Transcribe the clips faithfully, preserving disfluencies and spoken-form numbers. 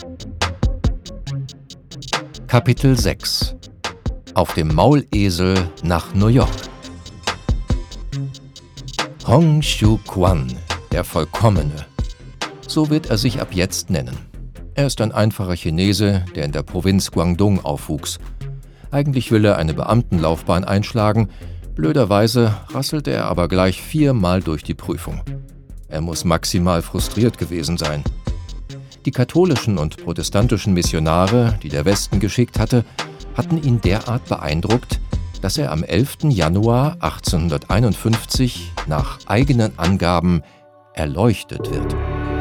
Kapitel sechs. Auf dem Maulesel nach New York. Hong Xiuquan, der Vollkommene. So wird er sich ab jetzt nennen. Er ist ein einfacher Chinese, der in der Provinz Guangdong aufwuchs. Eigentlich will er eine Beamtenlaufbahn einschlagen, blöderweise rasselte er aber gleich viermal durch die Prüfung. Er muss maximal frustriert gewesen sein. Die katholischen und protestantischen Missionare, die der Westen geschickt hatte, hatten ihn derart beeindruckt, dass er am elften Januar achtzehnhunderteinundfünfzig nach eigenen Angaben erleuchtet wird.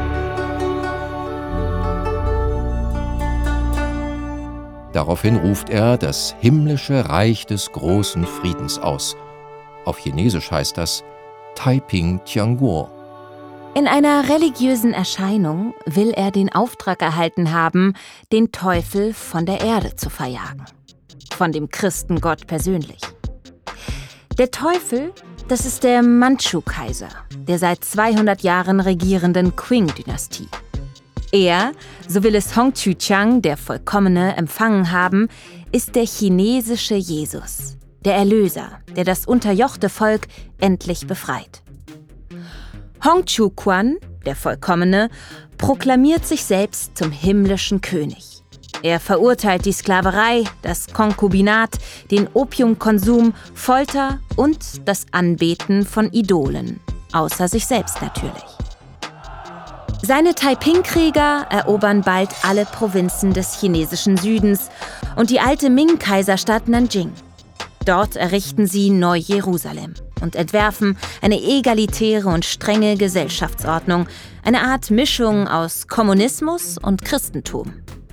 Daraufhin ruft er das himmlische Reich des großen Friedens aus. Auf Chinesisch heißt das Taiping Tianguo. In einer religiösen Erscheinung will er den Auftrag erhalten haben, den Teufel von der Erde zu verjagen. Von dem Christengott persönlich. Der Teufel, das ist der Mandschu-Kaiser, der seit zweihundert Jahren regierenden Qing-Dynastie. Er, so will es Hong Xiuquan, der Vollkommene, empfangen haben, ist der chinesische Jesus, der Erlöser, der das unterjochte Volk endlich befreit. Hong Xiuquan, der Vollkommene, proklamiert sich selbst zum himmlischen König. Er verurteilt die Sklaverei, das Konkubinat, den Opiumkonsum, Folter und das Anbeten von Idolen, außer sich selbst natürlich. Seine Taiping-Krieger erobern bald alle Provinzen des chinesischen Südens und die alte Ming-Kaiserstadt Nanjing. Dort errichten sie Neu-Jerusalem und entwerfen eine egalitäre und strenge Gesellschaftsordnung, eine Art Mischung aus Kommunismus und Christentum.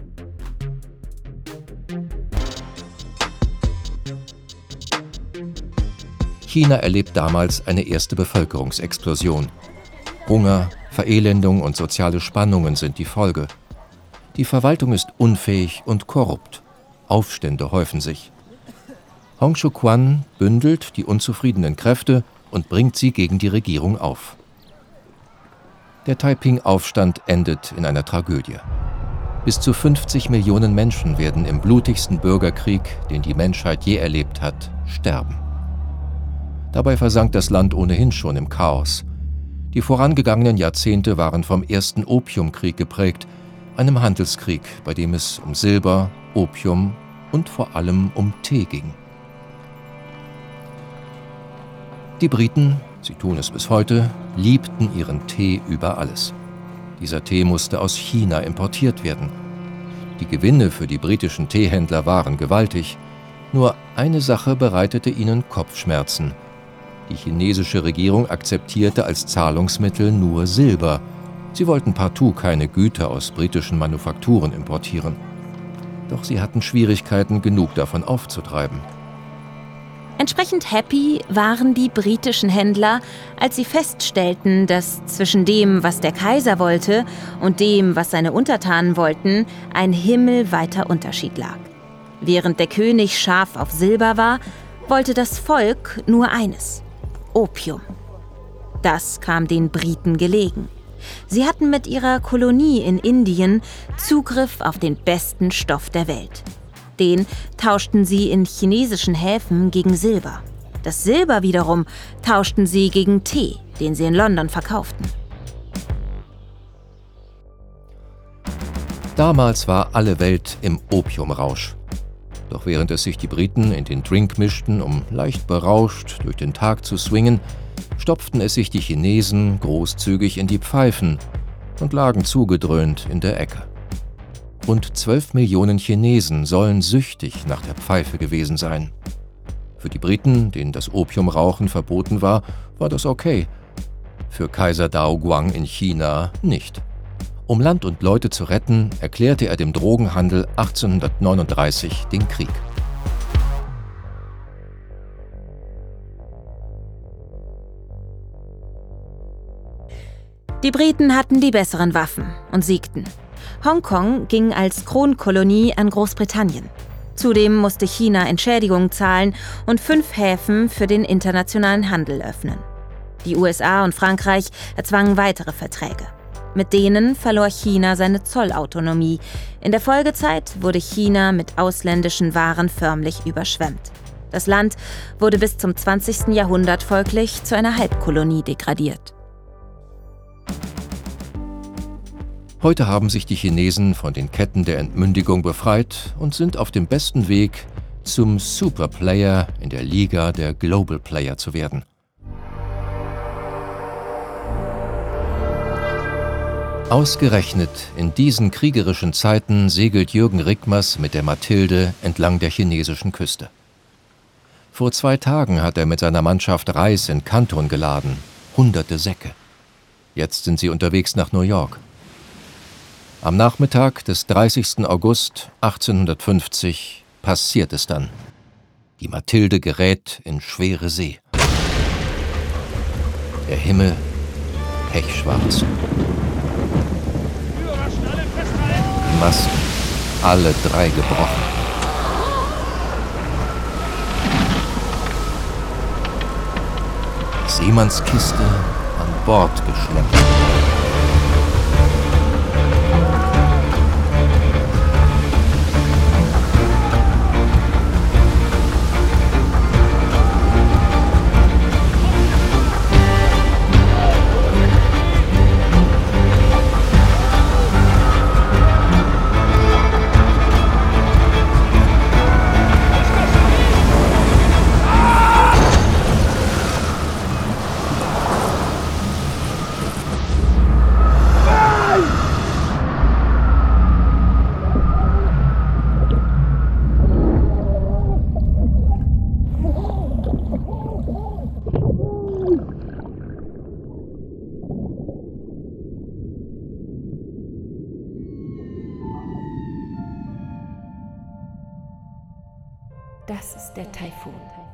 China erlebt damals eine erste Bevölkerungsexplosion. Hunger, Verelendung und soziale Spannungen sind die Folge. Die Verwaltung ist unfähig und korrupt. Aufstände häufen sich. Hong Xiuquan bündelt die unzufriedenen Kräfte und bringt sie gegen die Regierung auf. Der Taiping-Aufstand endet in einer Tragödie. Bis zu fünfzig Millionen Menschen werden im blutigsten Bürgerkrieg, den die Menschheit je erlebt hat, sterben. Dabei versank das Land ohnehin schon im Chaos. Die vorangegangenen Jahrzehnte waren vom ersten Opiumkrieg geprägt, einem Handelskrieg, bei dem es um Silber, Opium und vor allem um Tee ging. Die Briten, sie tun es bis heute, liebten ihren Tee über alles. Dieser Tee musste aus China importiert werden. Die Gewinne für die britischen Teehändler waren gewaltig. Nur eine Sache bereitete ihnen Kopfschmerzen. Die chinesische Regierung akzeptierte als Zahlungsmittel nur Silber. Sie wollten partout keine Güter aus britischen Manufakturen importieren. Doch sie hatten Schwierigkeiten, genug davon aufzutreiben. Entsprechend happy waren die britischen Händler, als sie feststellten, dass zwischen dem, was der Kaiser wollte, und dem, was seine Untertanen wollten, ein himmelweiter Unterschied lag. Während der König scharf auf Silber war, wollte das Volk nur eines: Opium. Das kam den Briten gelegen. Sie hatten mit ihrer Kolonie in Indien Zugriff auf den besten Stoff der Welt. Den tauschten sie in chinesischen Häfen gegen Silber. Das Silber wiederum tauschten sie gegen Tee, den sie in London verkauften. Damals war alle Welt im Opiumrausch. Doch während es sich die Briten in den Drink mischten, um leicht berauscht durch den Tag zu swingen, stopften es sich die Chinesen großzügig in die Pfeifen und lagen zugedröhnt in der Ecke. Rund zwölf Millionen Chinesen sollen süchtig nach der Pfeife gewesen sein. Für die Briten, denen das Opiumrauchen verboten war, war das okay. Für Kaiser Daoguang in China nicht. Um Land und Leute zu retten, erklärte er dem Drogenhandel achtzehnhundertneununddreißig den Krieg. Die Briten hatten die besseren Waffen und siegten. Hongkong ging als Kronkolonie an Großbritannien. Zudem musste China Entschädigungen zahlen und fünf Häfen für den internationalen Handel öffnen. Die U S A und Frankreich erzwangen weitere Verträge. Mit denen verlor China seine Zollautonomie. In der Folgezeit wurde China mit ausländischen Waren förmlich überschwemmt. Das Land wurde bis zum zwanzigsten Jahrhundert folglich zu einer Halbkolonie degradiert. Heute haben sich die Chinesen von den Ketten der Entmündigung befreit und sind auf dem besten Weg, zum Superplayer in der Liga der Global Player zu werden. Ausgerechnet in diesen kriegerischen Zeiten segelt Jürgen Rickmers mit der Mathilde entlang der chinesischen Küste. Vor zwei Tagen hat er mit seiner Mannschaft Reis in Kanton geladen, hunderte Säcke. Jetzt sind sie unterwegs nach New York. Am Nachmittag des dreißigsten August achtzehnhundertfünfzig passiert es dann. Die Mathilde gerät in schwere See. Der Himmel pechschwarz. Die Masten, alle drei gebrochen. Die Seemannskiste an Bord geschleppt. Das ist der Taifun,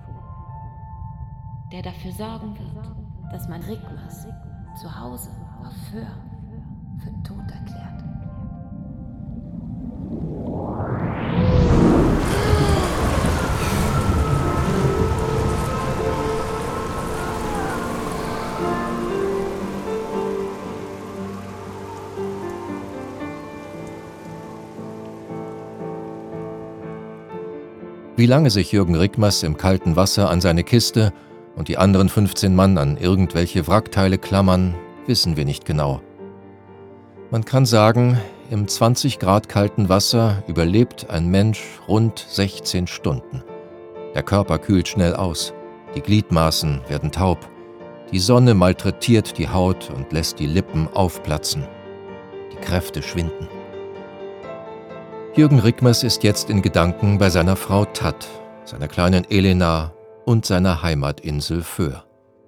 der dafür sorgen wird, dass man Rickmers zu Hause auf Föhr für tot erklärt. Wie lange sich Jürgen Rickmers im kalten Wasser an seine Kiste und die anderen fünfzehn Mann an irgendwelche Wrackteile klammern, wissen wir nicht genau. Man kann sagen, im zwanzig Grad kalten Wasser überlebt ein Mensch rund sechzehn Stunden. Der Körper kühlt schnell aus, die Gliedmaßen werden taub, die Sonne malträtiert die Haut und lässt die Lippen aufplatzen. Die Kräfte schwinden. Jürgen Rickmers ist jetzt in Gedanken bei seiner Frau Tat, seiner kleinen Elena und seiner Heimatinsel Föhr.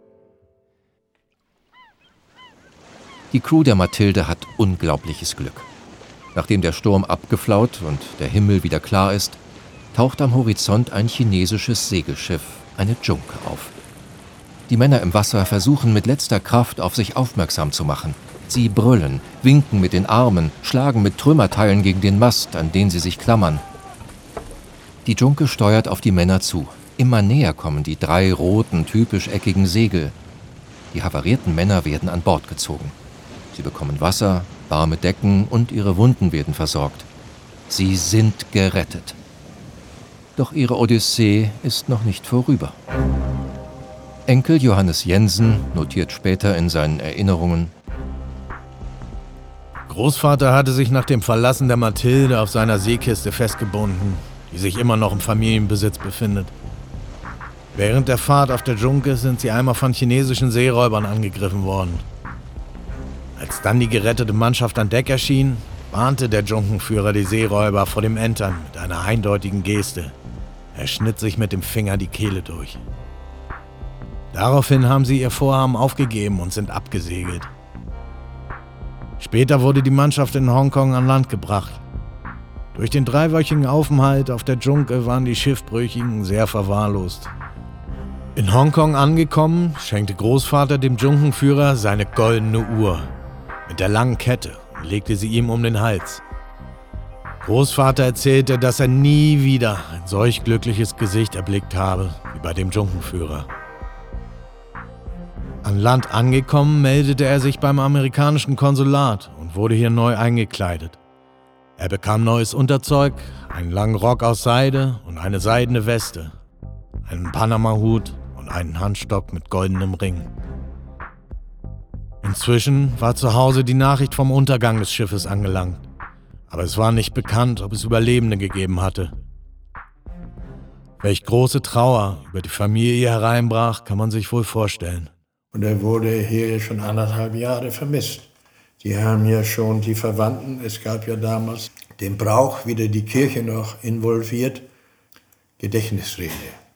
Die Crew der Mathilde hat unglaubliches Glück. Nachdem der Sturm abgeflaut und der Himmel wieder klar ist, taucht am Horizont ein chinesisches Segelschiff, eine Junke, auf. Die Männer im Wasser versuchen mit letzter Kraft auf sich aufmerksam zu machen. Sie brüllen, winken mit den Armen, schlagen mit Trümmerteilen gegen den Mast, an den sie sich klammern. Die Junke steuert auf die Männer zu. Immer näher kommen die drei roten, typisch eckigen Segel. Die havarierten Männer werden an Bord gezogen. Sie bekommen Wasser, warme Decken und ihre Wunden werden versorgt. Sie sind gerettet. Doch ihre Odyssee ist noch nicht vorüber. Enkel Johannes Jensen notiert später in seinen Erinnerungen: Großvater hatte sich nach dem Verlassen der Mathilde auf seiner Seekiste festgebunden, die sich immer noch im Familienbesitz befindet. Während der Fahrt auf der Junke sind sie einmal von chinesischen Seeräubern angegriffen worden. Als dann die gerettete Mannschaft an Deck erschien, warnte der Junkenführer die Seeräuber vor dem Entern mit einer eindeutigen Geste. Er schnitt sich mit dem Finger die Kehle durch. Daraufhin haben sie ihr Vorhaben aufgegeben und sind abgesegelt. Später wurde die Mannschaft in Hongkong an Land gebracht. Durch den dreiwöchigen Aufenthalt auf der Junke waren die Schiffbrüchigen sehr verwahrlost. In Hongkong angekommen, schenkte Großvater dem Junkenführer seine goldene Uhr mit der langen Kette und legte sie ihm um den Hals. Großvater erzählte, dass er nie wieder ein solch glückliches Gesicht erblickt habe wie bei dem Junkenführer. An Land angekommen, meldete er sich beim amerikanischen Konsulat und wurde hier neu eingekleidet. Er bekam neues Unterzeug, einen langen Rock aus Seide und eine seidene Weste, einen Panama-Hut und einen Handstock mit goldenem Ring. Inzwischen war zu Hause die Nachricht vom Untergang des Schiffes angelangt, aber es war nicht bekannt, ob es Überlebende gegeben hatte. Welch große Trauer über die Familie hereinbrach, kann man sich wohl vorstellen. Und er wurde hier schon anderthalb Jahre vermisst. Die haben ja schon die Verwandten, es gab ja damals den Brauch, wieder die Kirche noch involviert, Gedächtnisrede.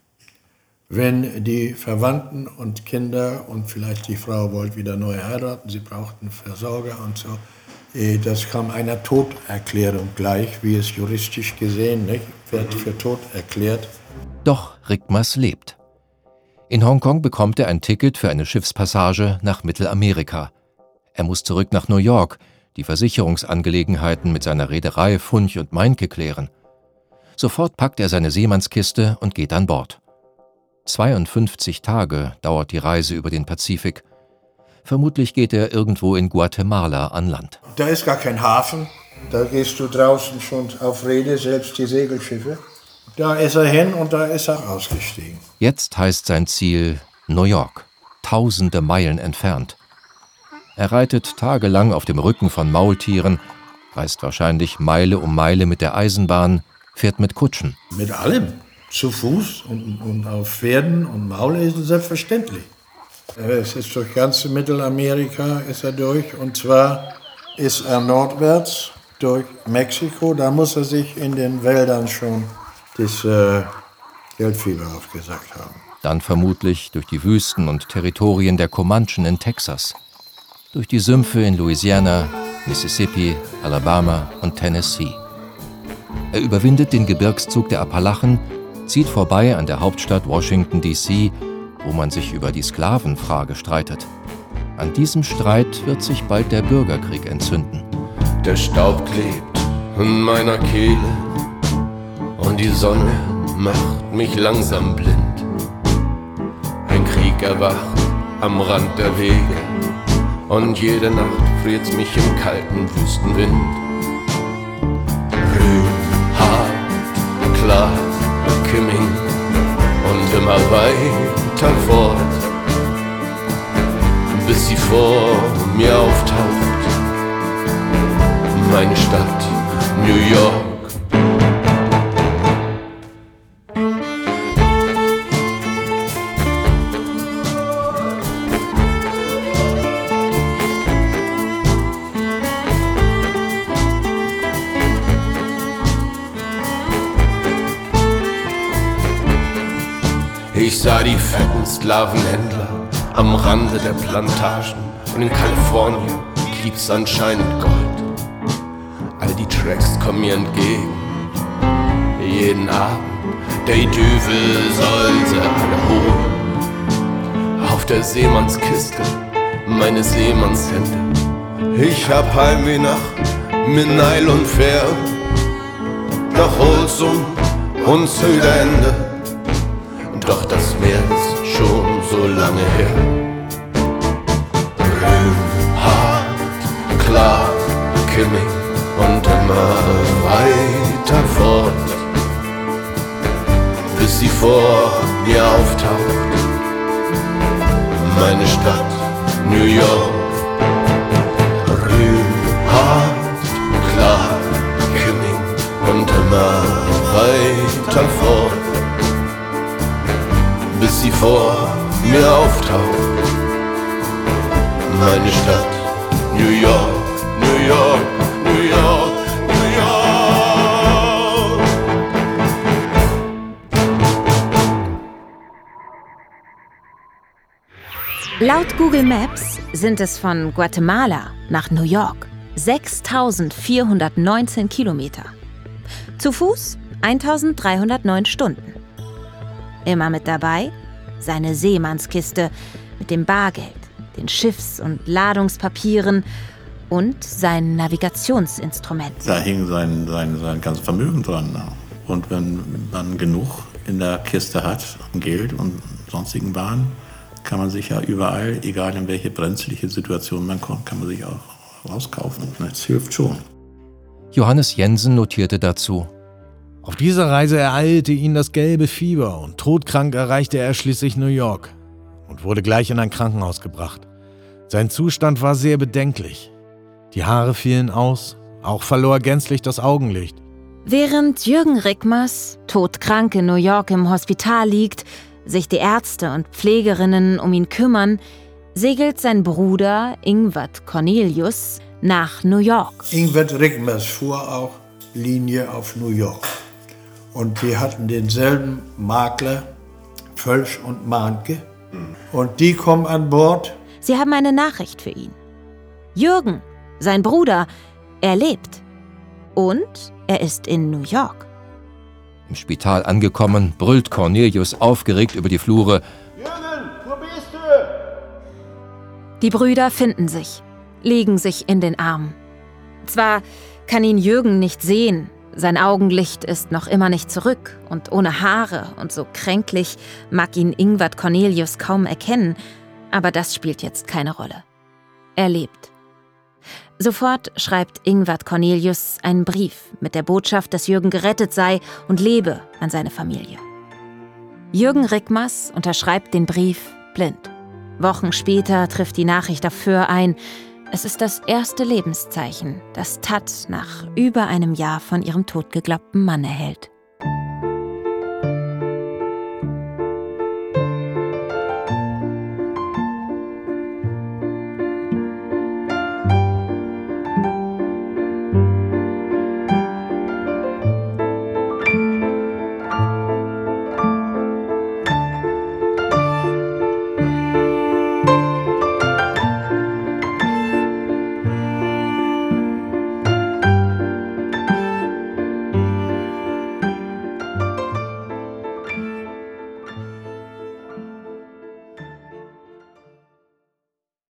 Wenn die Verwandten und Kinder und vielleicht die Frau wollte wieder neu heiraten, sie brauchten Versorger und so, das kam einer Toderklärung gleich, wie es juristisch gesehen, nicht, wird für tot erklärt. Doch Rickmers lebt. In Hongkong bekommt er ein Ticket für eine Schiffspassage nach Mittelamerika. Er muss zurück nach New York, die Versicherungsangelegenheiten mit seiner Reederei Funch und Meinke klären. Sofort packt er seine Seemannskiste und geht an Bord. zweiundfünfzig Tage dauert die Reise über den Pazifik. Vermutlich geht er irgendwo in Guatemala an Land. Da ist gar kein Hafen. Da gehst du draußen schon auf Rede, selbst die Segelschiffe. Da ist er hin und da ist er ausgestiegen. Jetzt heißt sein Ziel New York, tausende Meilen entfernt. Er reitet tagelang auf dem Rücken von Maultieren, reist wahrscheinlich Meile um Meile mit der Eisenbahn, fährt mit Kutschen. Mit allem. Zu Fuß und, und auf Pferden und Maulesel selbstverständlich. Es ist durch ganz Mittelamerika ist er durch. Und zwar ist er nordwärts durch Mexiko. Da muss er sich in den Wäldern schon das äh, Geldfieber aufgesagt haben. Dann vermutlich durch die Wüsten und Territorien der Comanchen in Texas. Durch die Sümpfe in Louisiana, Mississippi, Alabama und Tennessee. Er überwindet den Gebirgszug der Appalachen, zieht vorbei an der Hauptstadt Washington D C, wo man sich über die Sklavenfrage streitet. An diesem Streit wird sich bald der Bürgerkrieg entzünden. Der Staub klebt in meiner Kehle und die Sonne macht mich langsam blind. Ein Krieg erwacht am Rand der Wege und jede Nacht friert's mich im kalten Wüstenwind. Rühm, hart, klar, Kimming und immer weiter fort, bis sie vor mir auftaucht, meine Stadt New York. Ich sah die fetten Sklavenhändler am Rande der Plantagen und in Kalifornien gibt's anscheinend Gold. All die Tracks kommen mir entgegen, jeden Abend, der Düvel soll sie alle holen. Auf der Seemannskiste meine Seemannshände, ich hab Heimweh nach Menil und Fair, nach Holzum und Südende. Doch das Meer ist schon so lange her. Rühm, hart, klar, Kimming und immer weiter fort, bis sie vor mir auftaucht, meine Stadt New York. Rühm, hart, klar, Kimming und immer weiter fort, bis sie vor mir auftaucht, meine Stadt New York, New York, New York, New York. Laut Google Maps sind es von Guatemala nach New York sechstausendvierhundertneunzehn Kilometer. Zu Fuß eintausenddreihundertneun Stunden. Immer mit dabei seine Seemannskiste mit dem Bargeld, den Schiffs- und Ladungspapieren und sein Navigationsinstrument. Da hing sein, sein, sein ganzes Vermögen dran. Und wenn man genug in der Kiste hat, Geld und sonstigen Waren, kann man sich ja überall, egal in welche brenzliche Situation man kommt, kann man sich auch rauskaufen. Das hilft schon. Johannes Jensen notierte dazu: Auf dieser Reise ereilte ihn das gelbe Fieber und todkrank erreichte er schließlich New York und wurde gleich in ein Krankenhaus gebracht. Sein Zustand war sehr bedenklich. Die Haare fielen aus, auch verlor er gänzlich das Augenlicht. Während Jürgen Rickmers, todkrank in New York im Hospital liegt, sich die Ärzte und Pflegerinnen um ihn kümmern, segelt sein Bruder Ingvard Cornelius nach New York. Ingvard Rickmers fuhr auch Linie auf New York. Und die hatten denselben Makler, Völsch und Mahnke. Und die kommen an Bord. Sie haben eine Nachricht für ihn. Jürgen, sein Bruder, er lebt. Und er ist in New York. Im Spital angekommen, brüllt Cornelius aufgeregt über die Flure: Jürgen, wo bist du? Die Brüder finden sich, legen sich in den Arm. Zwar kann ihn Jürgen nicht sehen, sein Augenlicht ist noch immer nicht zurück und ohne Haare und so kränklich mag ihn Ingvard Cornelius kaum erkennen, aber das spielt jetzt keine Rolle. Er lebt. Sofort schreibt Ingvard Cornelius einen Brief mit der Botschaft, dass Jürgen gerettet sei und lebe, an seine Familie. Jürgen Rickmers unterschreibt den Brief blind. Wochen später trifft die Nachricht auf Föhr ein. Es ist das erste Lebenszeichen, das Tat nach über einem Jahr von ihrem totgeglaubten Mann erhält.